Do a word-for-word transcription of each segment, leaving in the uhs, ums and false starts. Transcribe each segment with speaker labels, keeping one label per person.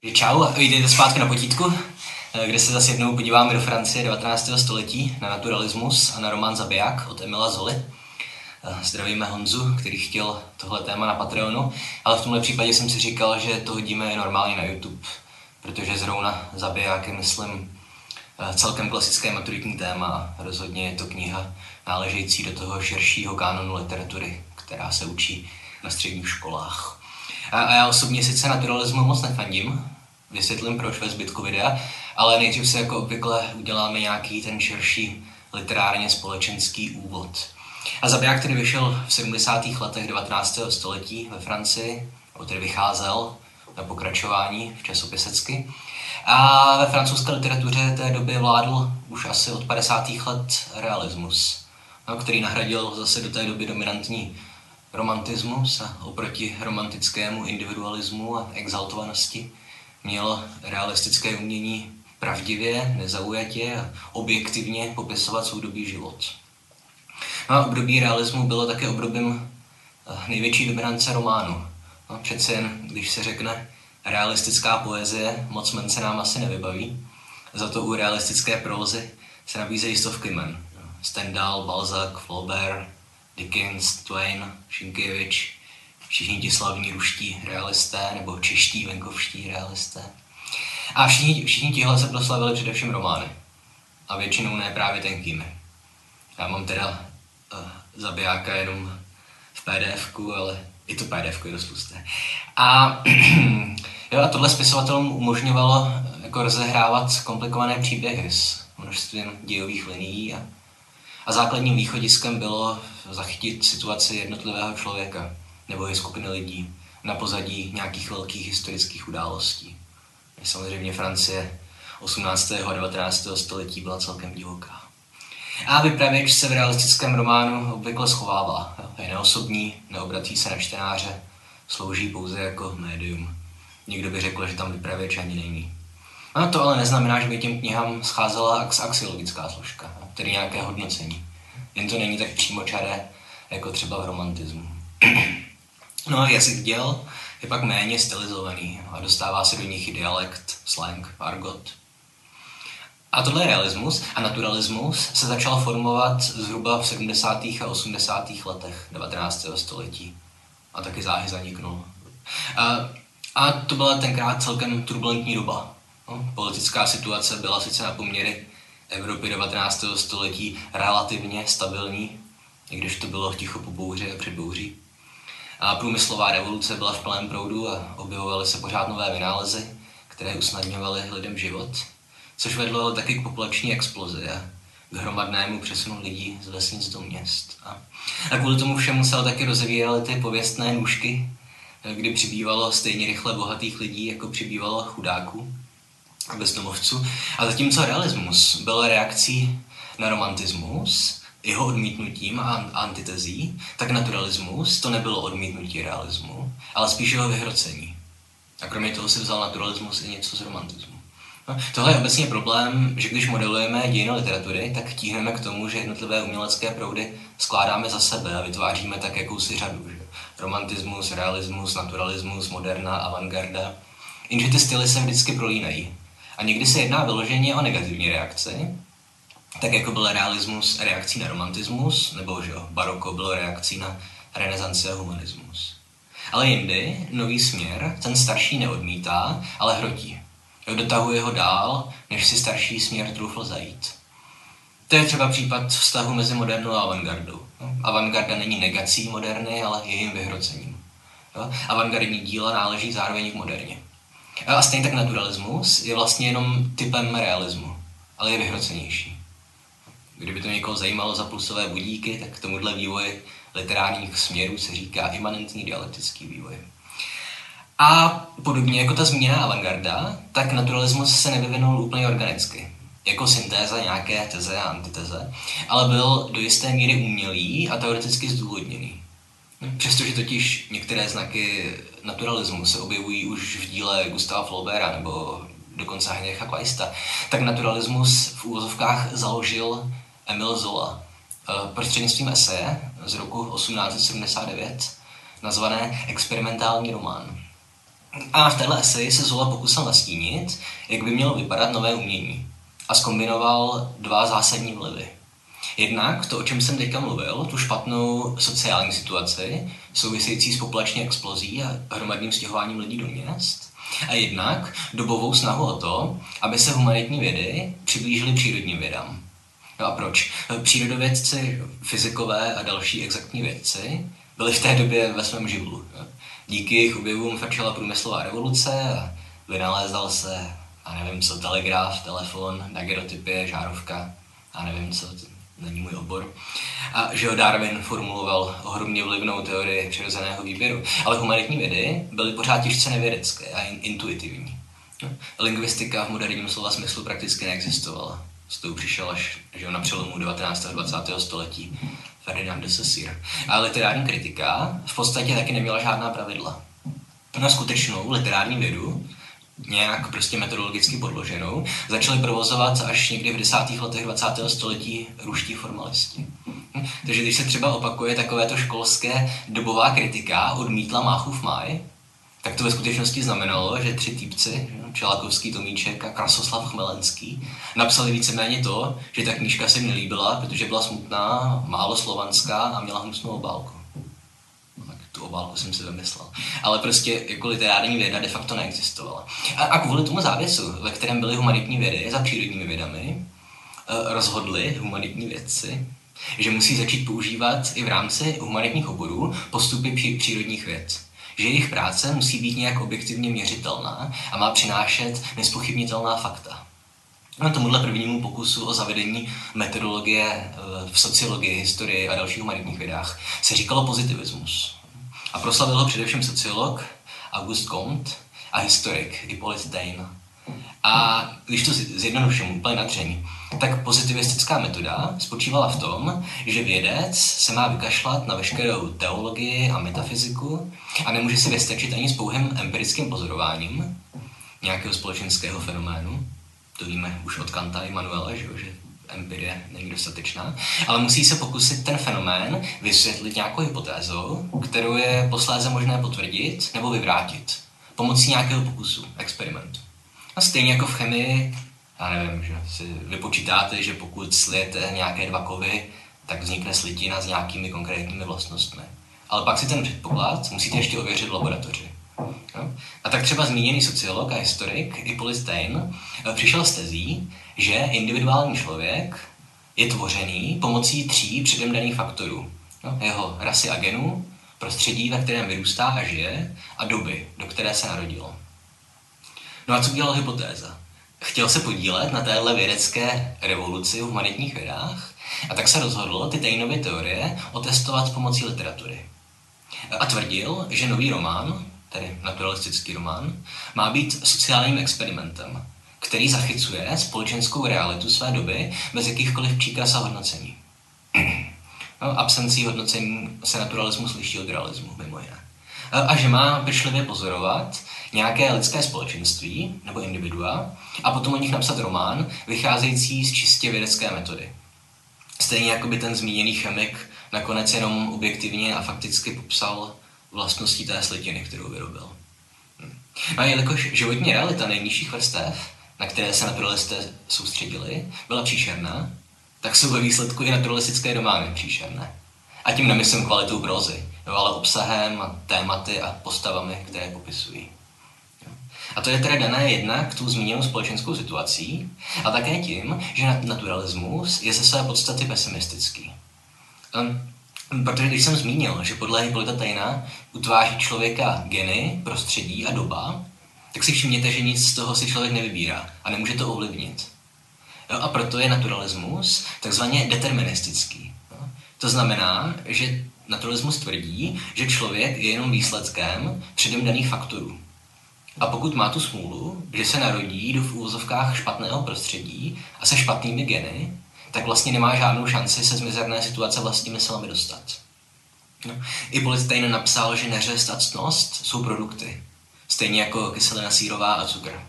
Speaker 1: Čau, vítejte zpátky na potítku, kde se zase jednou podíváme do Francie devatenáctého století na naturalismus a na román Zabiják od Emila Zoly. Zdravíme Honzu, který chtěl tohle téma na Patreonu, ale v tomhle případě jsem si říkal, že to hodíme i normálně na YouTube, protože zrovna Zabiják je, myslím, celkem klasické maturitní téma. Rozhodně je to kniha náležející do toho širšího kánonu literatury, která se učí na středních školách. A já osobně sice naturalismu moc nefandím, vysvětlím proč ve zbytku videa, ale nejdřív se jako obvykle uděláme nějaký ten širší literárně společenský úvod. A Zabiják tedy vyšel v sedmdesátých letech devatenáctého století ve Francii, nebo tedy vycházel na pokračování v časopisecky. A ve francouzské literatuře té doby vládl už asi od padesátých let realismus, no, který nahradil zase do té doby dominantní romantismus a oproti romantickému individualismu a exaltovanosti mělo realistické umění pravdivě, nezaujatě a objektivně popisovat soudobý život. No a období realismu bylo také obdobím největší dominance románu. No, přece jen, když se řekne realistická poezie, moc men se nám asi nevybaví. Za to u realistické prózy se nabízejí stovky men. Stendhal, Balzac, Flaubert, Dickens, Twain, Sienkiewicz, všichni ti slavní ruští realisté nebo čeští venkovští realisté. A všichni, všichni tihle se proslavili především romány. A většinou ne právě tenkými. Já mám teda uh, Zabijáka jenom v pdfku, ale i to pdfku je dost tlusté. A, jo, a tohle spisovatelům umožňovalo jako rozehrávat komplikované příběhy s množstvím dějových linií a A základním východiskem bylo zachytit situaci jednotlivého člověka nebo i skupiny lidí na pozadí nějakých velkých historických událostí. Samozřejmě Francie osmnáctého a devatenáctého století byla celkem divoká. A vypravěč se v realistickém románu obvykle schovává. Je neosobní, neobratí se na čtenáře, slouží pouze jako médium. Někdo by řekl, že tam vypravěč ani není. No to ale neznamená, že by těm knihám scházela ax- axiologická složka, tedy nějaké hodnocení. Jen to není tak přímočaré, jako třeba v romantismu. No a jazyk děl je pak méně stylizovaný a dostává se do nich i dialekt, slang, argot. A tohle je realismus a naturalismus se začal formovat zhruba v sedmdesátých a osmdesátých letech devatenáctého století. A taky záhy zaniknul. A, a to byla tenkrát celkem turbulentní doba. No, politická situace byla sice na poměry Evropy devatenáctého století relativně stabilní, i když to bylo ticho po bouři a před bouří. A průmyslová revoluce byla v plném proudu a objevovaly se pořád nové vynálezy, které usnadňovaly lidem život, což vedlo taky k populační explozi a k hromadnému přesunu lidí z vesnic do měst. A, a kvůli tomu všemu se taky rozevíraly ty pověstné nůžky, kdy přibývalo stejně rychle bohatých lidí, jako přibývalo chudáků a bezdomovců. A zatímco realismus byl reakcí na romantismus, jeho odmítnutím a antitezí, tak naturalismus to nebylo odmítnutí realismu, ale spíš jeho vyhrocení. A kromě toho si vzal naturalismus i něco z romantismu. No, tohle je obecně problém, že když modelujeme dějiny literatury, tak tíhneme k tomu, že jednotlivé umělecké proudy skládáme za sebe a vytváříme tak jakousi řadu. Že? Romantismus, realismus, naturalismus, moderna, avantgarda. Jenže ty styly se vždycky prolínají. A někdy se jedná vyloženě o negativní reakci, tak jako byl realismus reakcí na romantismus, nebo že jo, baroko bylo reakcí na renesanci a humanismus. Ale jindy nový směr ten starší neodmítá, ale hrotí. Jo, dotahuje ho dál, než si starší směr troufl zajít. To je třeba případ vztahu mezi modernou a avantgardou. Avantgarda není negací moderny, ale jejím vyhrocením. Jo? Avantgardní díla náleží zároveň k moderně. A stejně tak naturalismus je vlastně jenom typem realismu, ale je vyhrocenější. Kdyby to někoho zajímalo za pulsové budíky, tak tomuhle vývoji literárních směrů se říká imanentní dialektický vývoj. A podobně jako ta zmíněná avantgarda, tak naturalismus se nevyvinul úplně organicky, jako syntéza nějaké teze a antiteze, ale byl do jisté míry umělý a teoreticky zdůvodněný. Přestože totiž některé znaky naturalismu se objevují už v díle Gustava Flaubera nebo dokonce Heinricha Kleista, tak naturalismus v úvozovkách založil Emil Zola prostřednictvím eseje z roku osmnáct set sedmdesát devět nazvané Experimentální román. A v téhle eseji se Zola pokusil nastínit, jak by mělo vypadat nové umění. A zkombinoval dva zásadní vlivy. Jednak to, o čem jsem teďka mluvil, tu špatnou sociální situaci, související s populační explozí a hromadným stěhováním lidí do měst. A jednak dobovou snahu o to, aby se humanitní vědy přiblížily přírodním vědám. No a proč? Přírodovědci, fyzikové a další exaktní vědci byli v té době ve svém živlu. Díky jejich objevům frčela průmyslová revoluce a vynalézal se, a nevím co, telegraf, telefon, daguerreotypie, žárovka, a nevím co, to není můj obor. A že Darwin formuloval ohromně vlivnou teorii přirozeného výběru. Ale humanitní vědy byly pořád těžce nevědecké a intuitivní. Lingvistika v moderním slova smyslu prakticky neexistovala. S tou přišel až že na přelomu devatenáctého a dvacátého století Ferdinand de Saussure. A literární kritika v podstatě taky neměla žádná pravidla. Na skutečnou literární vědu, nějak prostě metodologicky podloženou, začali provozovat až někdy v desátých letech dvacátého století ruští formalisti. Takže když se třeba opakuje takovéto školské dobová kritika odmítla Máchův máj, tak to ve skutečnosti znamenalo, že tři týpci, Čelakovský, Tomíček a Krasoslav Chmelenský, napsali víceméně to, že ta knížka se mi nelíbila, protože byla smutná, málo slovanská a měla hnusnou obálku. Tak tu obálku jsem si vymyslel. Ale prostě jako literární věda de facto neexistovala. A, a kvůli tomu závěsu, ve kterém byly humanitní vědy za přírodními vědami, rozhodli humanitní vědci, že musí začít používat i v rámci humanitních oborů postupy pří, přírodních věd. Že jejich práce musí být nějak objektivně měřitelná a má přinášet nezpochybnitelná fakta. No tomuhle prvnímu pokusu o zavedení metodologie v sociologii, historii a dalších humanitních vědách se říkalo pozitivismus. A proslavil ho především sociolog Auguste Comte a historik Hippolyte Taine. A když to zjednoduším úplně nadřeň, tak pozitivistická metoda spočívala v tom, že vědec se má vykašlat na veškerou teologii a metafyziku a nemůže si vystačit ani s pouhým empirickým pozorováním nějakého společenského fenoménu. To víme už od Kanta i Manuela, že, že empirie není dostatečná, ale musí se pokusit ten fenomén vysvětlit nějakou hypotézou, kterou je posléze možné potvrdit nebo vyvrátit pomocí nějakého pokusu, experimentu. A stejně jako v chemii, já nevím, že si vypočítáte, že pokud slijete nějaké dva kovy, tak vznikne slitina s nějakými konkrétními vlastnostmi. Ale pak si ten předpoklad musíte ještě ověřit v laboratoři. Jo? A tak třeba zmíněný sociolog a historik Hippolyte Taine přišel s tezí, že individuální člověk je tvořený pomocí tří předem daných faktorů. Jo? Jeho rasy a genů, prostředí, ve kterém vyrůstá a žije, a doby, do které se narodilo. No a co udělala hypotéza? Chtěl se podílet na téhle vědecké revoluci v humanitních vědách a tak se rozhodl ty Tainovy teorie otestovat pomocí literatury. A tvrdil, že nový román, tedy naturalistický román, má být sociálním experimentem, který zachycuje společenskou realitu své doby bez jakýchkoliv příkras a hodnocení. No, absencí hodnocení se naturalismus liší od realismu, mimo jiné. A že má pečlivě pozorovat nějaké lidské společenství nebo individua a potom o nich napsat román, vycházející z čistě vědecké metody. Stejně jako by ten zmíněný chemik nakonec jenom objektivně a fakticky popsal vlastnosti té slitiny, kterou vyrobil. No a jelikož životní realita nejnižších vrstev, na které se naturalisté soustředili, byla příšerná, tak jsou ve výsledku i naturalistické romány příšerné. A tím nemyslím kvalitou prózy, ale obsahem, tématy a postavami, které popisují. A to je tedy dané jednak tou zmíněnou společenskou situací a také tím, že naturalismus je ze své podstaty pesimistický. Um, protože když jsem zmínil, že podle Hippolyta Taina utváří člověka geny, prostředí a doba, tak si všimněte, že nic z toho si člověk nevybírá a nemůže to ovlivnit. Jo, a proto je naturalismus takzvaně deterministický. Jo. To znamená, že naturalismus tvrdí, že člověk je jenom výsledkem předem daných faktorů. A pokud má tu smůlu, že se narodí do v úvozovkách špatného prostředí a se špatnými geny, tak vlastně nemá žádnou šanci se z mizerné situace vlastními silami dostat. No. Hippolyte Taine napsal, že neřest a ctnost jsou produkty, stejně jako kyselina sírová a cukr.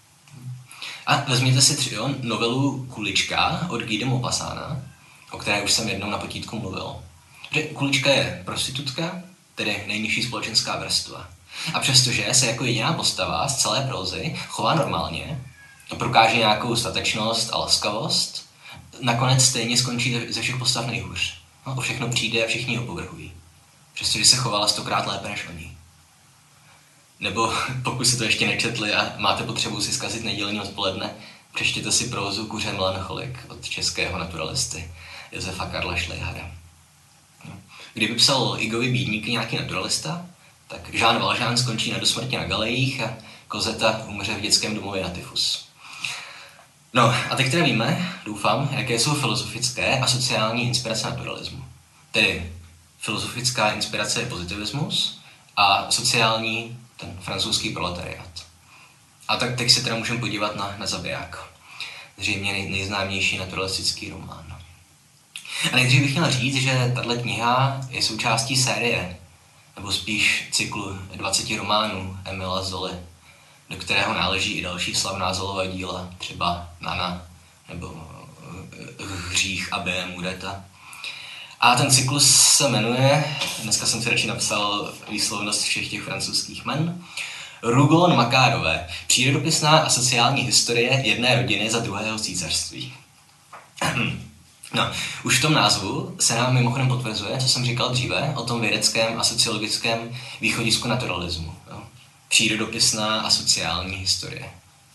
Speaker 1: A vezměte si třeba novelu Kulička od Guy de Maupassana, o které už jsem jednou na potítku mluvil. Že Kulička je prostitutka, tedy nejnižší společenská vrstva. A přestože se jako jediná postava z celé prózy chová normálně, prokáže nějakou statečnost a laskavost, nakonec stejně skončí ze všech postav nejhůř. No, o všechno přijde a všichni ho povrhují. Přestože se chovala stokrát lépe než oni. Nebo pokud si to ještě nečetli a máte potřebu si zkazit nedělní odpoledne, přečtěte si prózu Kuře melancholik od českého naturalisty Josefa Karla Šlejhara. Kdyby psal Igovi Bídníky nějaký naturalista, tak Jean Valjean skončí na dosmrti na galejích a Kozeta umře v dětském domově na tyfus. No a teď teda víme, doufám, jaké jsou filozofické a sociální inspirace naturalismu. Tedy filozofická inspirace je pozitivismus a sociální ten francouzský proletariát. A tak teď se teda můžeme podívat na, na Zabiják. Zřejmě nej, nejznámější naturalistický román. A nejdřív bych měl říct, že tato kniha je součástí série, nebo spíš cyklu dvaceti románů Emila Zoly, do kterého náleží i další slavná Zolova díla, třeba Nana nebo Hřích Abbé Mureta. A ten cyklus se jmenuje, dneska jsem si radši napsal výslovnost všech těch francouzských jmen, Rougon Macquartové, přírodopisná a sociální historie jedné rodiny za druhého císařství. No, už v tom názvu se nám mimochodem potvrzuje, co jsem říkal dříve, o tom vědeckém a sociologickém východisku naturalismu. No, přírodopisná a sociální historie.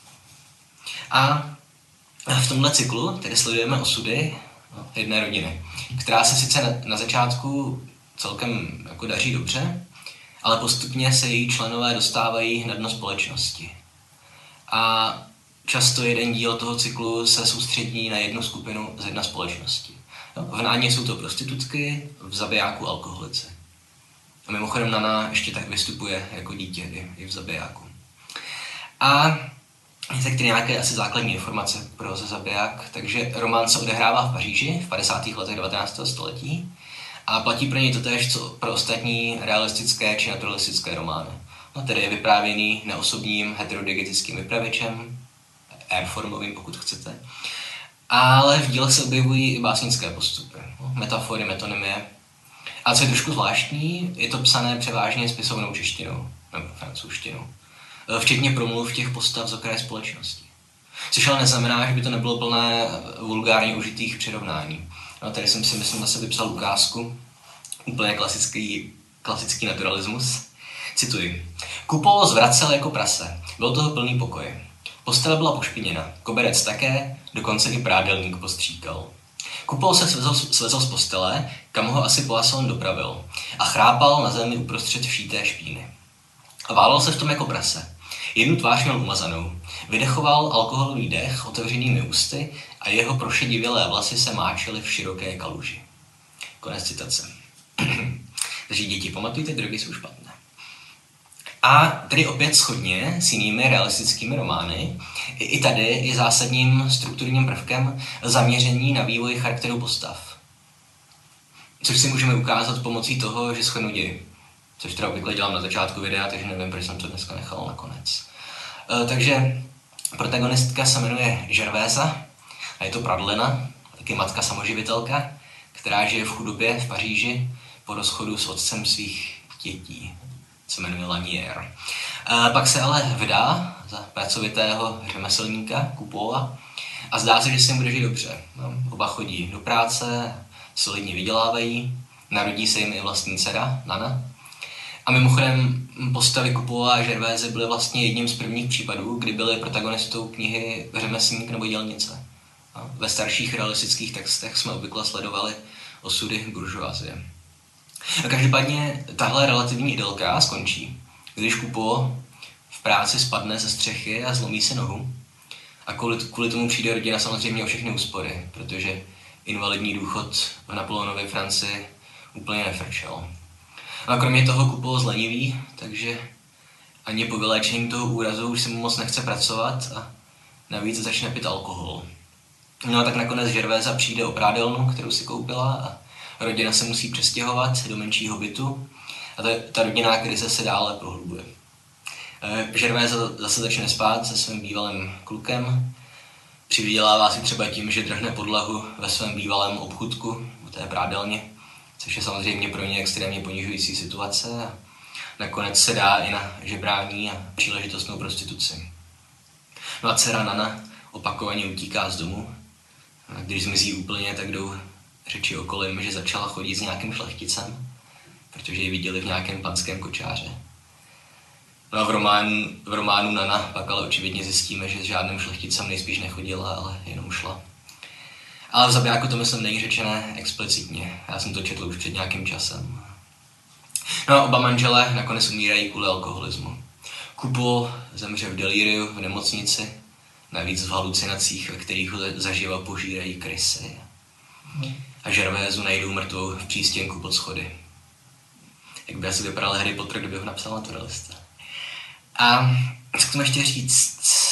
Speaker 1: A v tomhle cyklu tedy sledujeme osudy jedné rodiny, která se sice na, na začátku celkem jako daří dobře, ale postupně se její členové dostávají na dno společnosti. A často jeden díl toho cyklu se soustředí na jednu skupinu z jedné společnosti. V Náně jsou to prostitutky, v Zabijáku alkoholici. A mimochodem Nana ještě tak vystupuje jako dítě i, i v Zabijáku. A je tak nějaké asi základní informace pro Zabiják, takže román se odehrává v Paříži v padesátých letech devatenáctého století a platí pro něj totéž, co pro ostatní realistické či naturalistické romány. No, tedy je vyprávěný neosobním heterodigetickým vypravěčem, airformovým, pokud chcete. Ale v díle se objevují i básnické postupy, metafory, metonymie. A co je trošku zvláštní, je to psané převážně spisovnou češtinou, nebo francouzštinou. Včetně promluv těch postav z okraje společnosti. Což ale neznamená, že by to nebylo plné vulgárně užitých přirovnání. No, tady jsem si, myslím, zase vypsal ukázku, úplně klasický, klasický naturalismus. Cituji. Kupol zvracel jako prase, byl toho plný pokoj. Postele byla pošpiněna, koberec také, dokonce i prádelník postříkal. Kupol se svezl, svezl z postele, kam ho asi Poisson dopravil, a chrápal na zemi uprostřed všíté špíny. A válel se v tom jako prase. Jednu tvář měl umazanou. Vydechoval alkoholový dech otevřenými ústy a jeho prošedivělé vlasy se máčely v široké kaluži. Konec citace. Takže děti, pamatujte, drogy jsou špatné. A tedy opět shodně s jinými realistickými romány, i tady je zásadním strukturním prvkem zaměření na vývoj charakteru postav. Což si můžeme ukázat pomocí toho, že shodnu ději. Což teda obvykle dělám na začátku videa, takže nevím, proč jsem to dneska nechal nakonec. E, takže protagonistka se jmenuje Gervéza a je to Pradlina, taky matka samoživitelka, která žije v chudobě v Paříži po rozchodu s otcem svých dětí, se jmenuje Lanière. E, pak se ale vydá za pracovitého řemeslníka Coupeaua a zdá se, že se jim bude žít dobře. No, oba chodí do práce, solidně vydělávají, narodí se jim i vlastní dcera, Nana. A mimochodem postavy Coupeaua a Gervézy byly vlastně jedním z prvních případů, kdy byly protagonistou knihy Řemeslník nebo dělnice. A ve starších realistických textech jsme obvykle sledovali osudy buržoazie. A každopádně tahle relativní idylka skončí, když Coupeau v práci spadne ze střechy a zlomí si nohu. A kvůli, kvůli tomu přijde rodina samozřejmě o všechny úspory, protože invalidní důchod v Napoleonově Francii úplně nefrčel. A kromě toho Coupeau zlenivý, takže ani po vyléčení toho úrazu už se mu moc nechce pracovat a navíc začne pít alkohol. No a tak nakonec Gervéza přijde o prádelnu, kterou si koupila, a rodina se musí přestěhovat do menšího bytu a ta, ta rodinná krize se dále prohlubuje. Gervéza zase začne spát se svým bývalým klukem, přivydělává si třeba tím, že drhne podlahu ve svém bývalém obchůdku, u té prádelně, což je samozřejmě pro ně extrémně ponižující situace. nakonec se dá i na žebrání a příležitostnou prostituci. No a dcera Nana opakovaně utíká z domu. A když zmizí úplně, tak jdou řeči okolím, že začala chodit s nějakým šlechticem, protože ji viděli v nějakém panském kočáře. No a v románu, v románu Nana pak ale očividně zjistíme, že s žádným šlechticem nejspíš nechodila, ale jenom šla. Ale v Zabijáku to myslím není řečené explicitně. Já jsem to četl už před nějakým časem. No a oba manželé nakonec umírají kvůli alkoholismu. Coupeau zemře v delíriu v nemocnici, navíc v halucinacích, ve kterých ho zaživa požírají krysy. A Gervaisu najdou mrtvou v přístěnku pod schody. Jak by asi vypadal Harry Potter, kdyby ho napsal naturalista. A co k tomu ještě říct?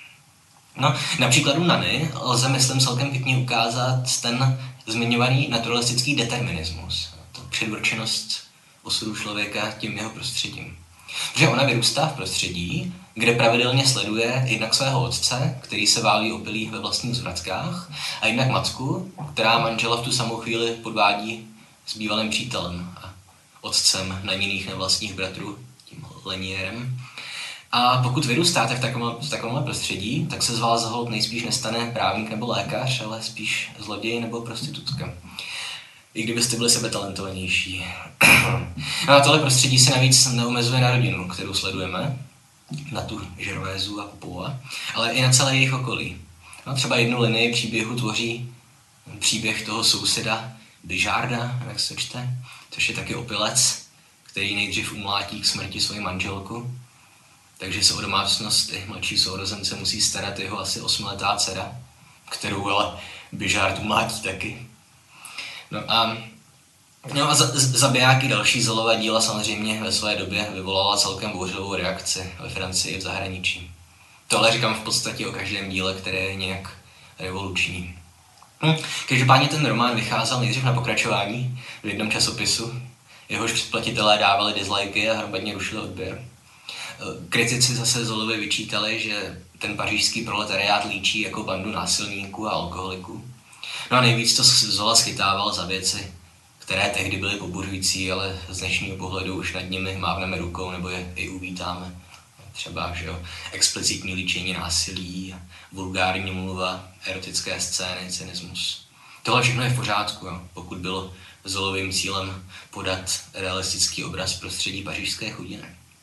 Speaker 1: No, na příkladu Nany lze, myslím, celkem pěkně ukázat ten zmiňovaný naturalistický determinismus. To předurčenost osudu člověka tím jeho prostředím. Protože ona vyrůstá v prostředí, kde pravidelně sleduje jednak svého otce, který se válí opilý ve vlastních zvratkách, a jednak matku, která manžela v tu samou chvíli podvádí s bývalým přítelem a otcem na jiných nevlastních bratrů, tím Lenierem. A pokud vyrůstáte v takovém, v takovémhle prostředí, tak se z vás za holt nejspíš nestane právník nebo lékař, ale spíš zloděj nebo prostitutka. I kdybyste byli sebetalentovanější. No a tohle prostředí se navíc neomezuje na rodinu, kterou sledujeme, na tu Gervaisu a Coupeaua, ale i na celé jejich okolí. No, třeba jednu linii příběhu tvoří příběh toho souseda Bižarda, jak se čte, což je taky opilec, který nejdřív umlátí k smrti svoji manželku, takže se o domácnost i mladší sourozence musí starat jeho asi osmiletá dcera, kterou ale Bižard umlátí taky. No a, no a za, Zabiják i další Zolova díla samozřejmě ve své době vyvolala celkem bouřlivou reakci ve Francii i v zahraničí. Tohle říkám v podstatě o každém díle, které je nějak revoluční. Hm. Každopádně ten román vycházel nejdřív na pokračování v jednom časopisu, jehož předplatitelé dávali disliky a hromadně rušili odběr. Kritici zase Zolovi vyčítali, že ten pařížský proletariát líčí jako bandu násilníků a alkoholiků. No a nejvíc to Zola schytával za věci, které tehdy byly pobuřující, ale z dnešního pohledu už nad nimi mávneme rukou nebo je i uvítáme. Třeba že jo, explicitní líčení násilí, vulgární mluva, erotické scény, cynismus. Tohle všechno je v pořádku, jo, pokud bylo Zolovým cílem podat realistický obraz prostředí pařížské chudiny.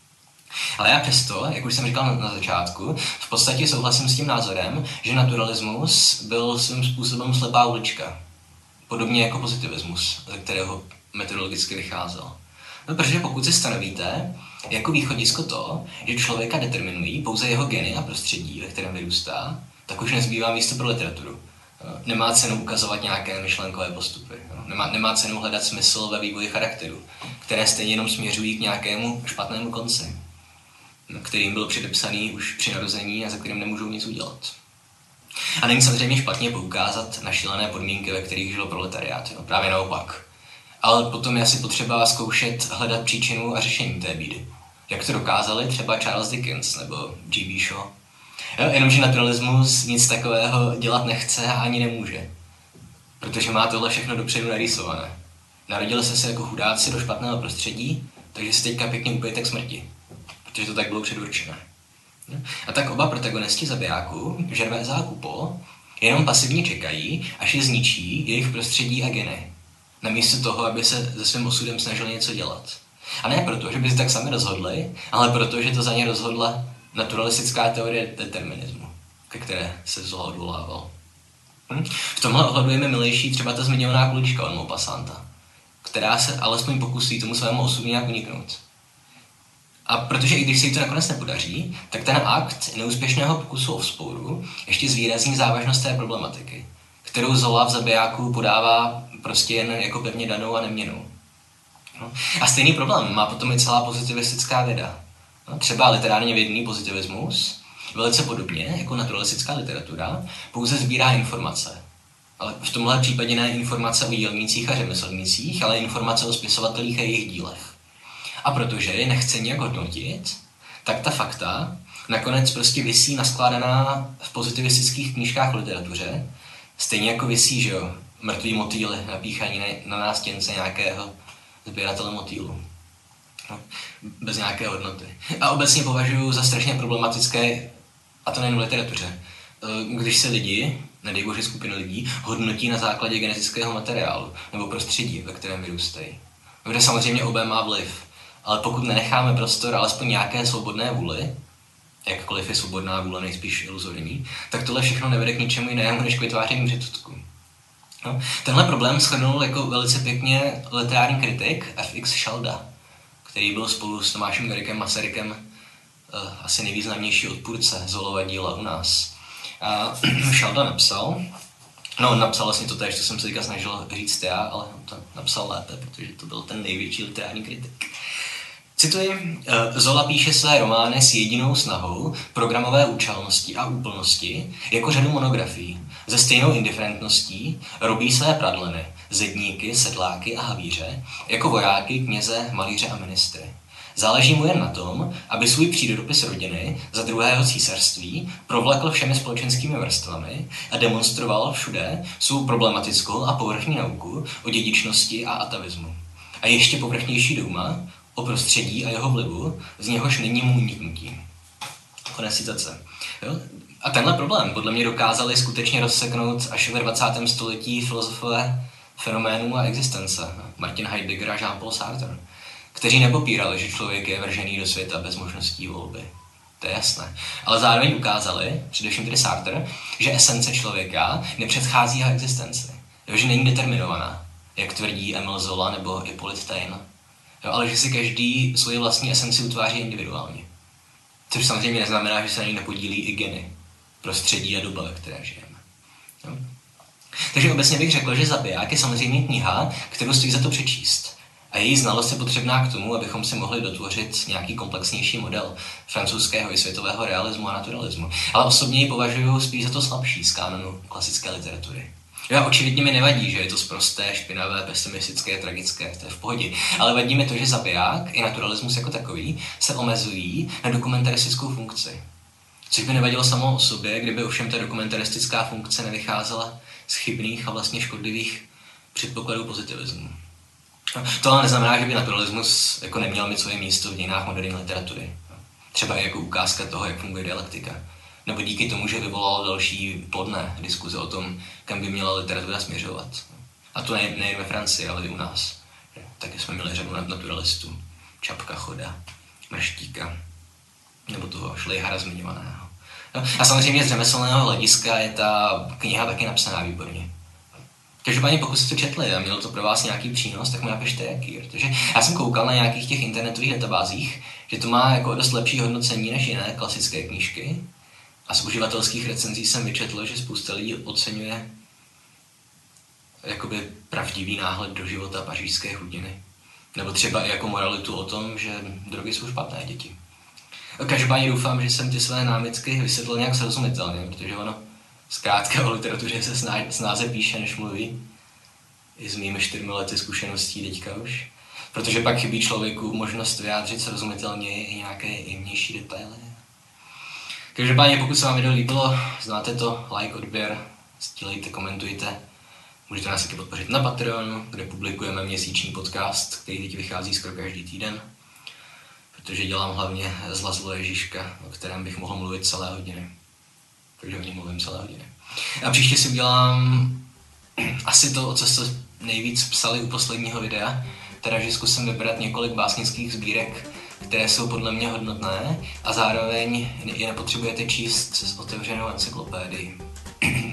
Speaker 1: Ale já přesto, jak už jsem říkal na, na začátku, v podstatě souhlasím s tím názorem, že naturalismus byl svým způsobem slepá ulička. Podobně jako pozitivismus, ze kterého metodologicky vycházel. No, protože pokud si stanovíte jako východisko to, že člověka determinují pouze jeho geny a prostředí, ve kterém vyrůstá, tak už nezbývá místo pro literaturu. Nemá cenu ukazovat nějaké myšlenkové postupy. Nemá, nemá cenu hledat smysl ve vývoji charakteru, které stejně jenom směřují k nějakému špatnému konci, kterým byl předepsaný už při narození a za kterým nemůžou nic udělat. A není samozřejmě špatně poukázat na šílené podmínky, ve kterých žil proletariát. No, právě naopak. Ale potom je asi potřeba zkoušet hledat příčinu a řešení té bídy. Jak to dokázali třeba Charles Dickens nebo G B Shaw. Jo, jenomže naturalismus nic takového dělat nechce a ani nemůže. Protože má tohle všechno dopředu narýsované. Narodili se se jako chudáci do špatného prostředí, takže se teďka pěkně upijete k smrti. Protože to tak bylo předurčené. A tak oba protagonisti Zabijáku, Gervaise a Coupeau, jenom pasivně čekají, až je zničí jejich prostředí a geny. Namísto toho, aby se se svým osudem snažili něco dělat. A ne proto, že by si tak sami rozhodli, ale proto, že to za ně rozhodla naturalistická teorie determinismu, ke které se Zola odvolával. Hm? V tomhle ohledu je mi milejší třeba ta zmiňovaná kulička od Maupassanta, která se alespoň pokusí tomu svému osudu nějak uniknout. A protože i když se jí to nakonec nepodaří, tak ten akt neúspěšného pokusu o vzpouru ještě zvýrazní závažnost té problematiky, kterou Zola v Zabijáku podává prostě jen jako pevně danou a neměnnou. No. A stejný problém má potom i celá pozitivistická věda. No, třeba literárně vědný pozitivismus, velice podobně jako naturalistická literatura, pouze sbírá informace. Ale v tomhle případě ne informace o dělnících a řemeslnících, ale informace o spisovatelích a jejich dílech. A protože je nechce nějak hodnotit, tak ta fakta nakonec prostě visí naskládaná v pozitivistických knížkách v literatuře, stejně jako visí, že jo, mrtví motýly napíchaní na nástěnce nějakého sběratele motýlu. No, bez nějaké hodnoty. A obecně považuji za strašně problematické, a to nejen v literatuře, když se lidi, nedej bože skupiny lidí, hodnotí na základě genetického materiálu nebo prostředí, ve kterém vyrůstají. Kde samozřejmě obé má vliv, ale pokud nenecháme prostor alespoň nějaké svobodné vůli, jakkoliv je svobodná vůle nejspíš iluzorní, tak tohle všechno nevede k ničemu jinému než k vytváření předsudků. No, tenhle problém shrnul jako velice pěkně literární kritik F X Šalda, který byl spolu s Tomášem Garriguem Masarykem uh, asi nejvýznamnější odpůrce Zollova díla u nás. A Šalda napsal, no on napsal vlastně to též, co jsem se teďka snažil říct já, ale on to napsal lépe, protože to byl ten největší literární kritik. Cituji, Zola píše své romány s jedinou snahou programové účelnosti a úplnosti, jako řadu monografií. Se stejnou indiferentností robí své pradleny, zedníky, sedláky a havíře, jako vojáky, kněze, malíře a ministry. Záleží mu jen na tom, aby svůj přírodopis rodiny za druhého císařství provlekl všemi společenskými vrstvami a demonstroval všude svou problematickou a povrchní nauku o dědičnosti a atavismu. A ještě povrchnější douma o prostředí a jeho vlivu, z něhož není mu uniknutí. Konec citace. Jo? A tenhle problém podle mě dokázali skutečně rozseknout až ve dvacátém století filozofové fenoménů a existence. Martin Heidegger a Jean-Paul Sartre, kteří nepopírali, že člověk je vržený do světa bez možností volby. To je jasné. Ale zároveň ukázali, především tedy Sartre, že esence člověka nepředchází jeho existenci. Jo, že není determinovaná, jak tvrdí Emile Zola nebo Hippolyte Taine. Jo, ale že si každý svoji vlastní esenci utváří individuálně. Což samozřejmě neznamená, že se na ní nepodílí i geny, prostředí a doba, ve které žijeme. Jo. Takže obecně bych řekl, že Zabiják je samozřejmě kniha, kterou stojí za to přečíst. A její znalost je potřebná k tomu, abychom si mohli dotvořit nějaký komplexnější model francouzského i světového realismu a naturalismu. Ale osobně ji považuji spíš za to slabší z kánonu klasické literatury. Já očividně mi nevadí, že je to sprosté, špinavé, pesimistické, tragické, to je v pohodě. Ale vadí mi to, že Zabiják i naturalismus jako takový se omezují na dokumentaristickou funkci. Což by nevadilo samo o sobě, kdyby ovšem ta dokumentaristická funkce nevycházela z chybných a vlastně škodlivých předpokladů pozitivismu. To ale neznamená, že by naturalismus jako neměl mít svoje místo v dějinách moderní literatury. Třeba i jako ukázka toho, jak funguje dialektika. Nebo díky tomu, že vyvolalo další plodné diskuze o tom, kam by měla literatura směřovat. A to nejen ne ve Francii, ale i u nás. Taky jsme měli řadu naturalistů. Čapka, Choda, Mrštíka, nebo toho Šlejhara zmiňovaného. A samozřejmě z řemeslného hlediska je ta kniha taky napsaná výborně. Každopádně pokud jste to četli a mělo to pro vás nějaký přínos, tak mi napište jaký. Protože já jsem koukal na nějakých těch internetových databázích, že to má jako dost lepší hodnocení než jiné klasické knížky. A z uživatelských recenzí jsem vyčetl, že spousta lidí oceňuje jakoby pravdivý náhled do života pařížské chudiny. Nebo třeba i jako moralitu o tom, že drogy jsou špatné děti. Každopádně doufám, že jsem ty své námitky vysvětlil nějak srozumitelně, protože ono zkrátka o literatuře se snáze píše, než mluví. I s mými čtyřmi lety zkušeností teďka už. Protože pak chybí člověku možnost vyjádřit srozumitelně i nějaké jemnější detaily. Každopádně pokud se vám video líbilo, znáte to, like, odběr, sdílejte, komentujte. Můžete nás taky podpořit na Patreonu, kde publikujeme měsíční podcast, který teď vychází skoro každý týden. Protože dělám hlavně Zla zlo Ježíška, o kterém bych mohl mluvit celé hodiny. Takže o něm mluvím celé hodiny. A příště si udělám asi to, o co jste nejvíc psali u posledního videa, teda že zkusím vybrat několik básnických sbírek, které jsou podle mě hodnotné a zároveň je nepotřebujete číst s otevřenou encyklopédií.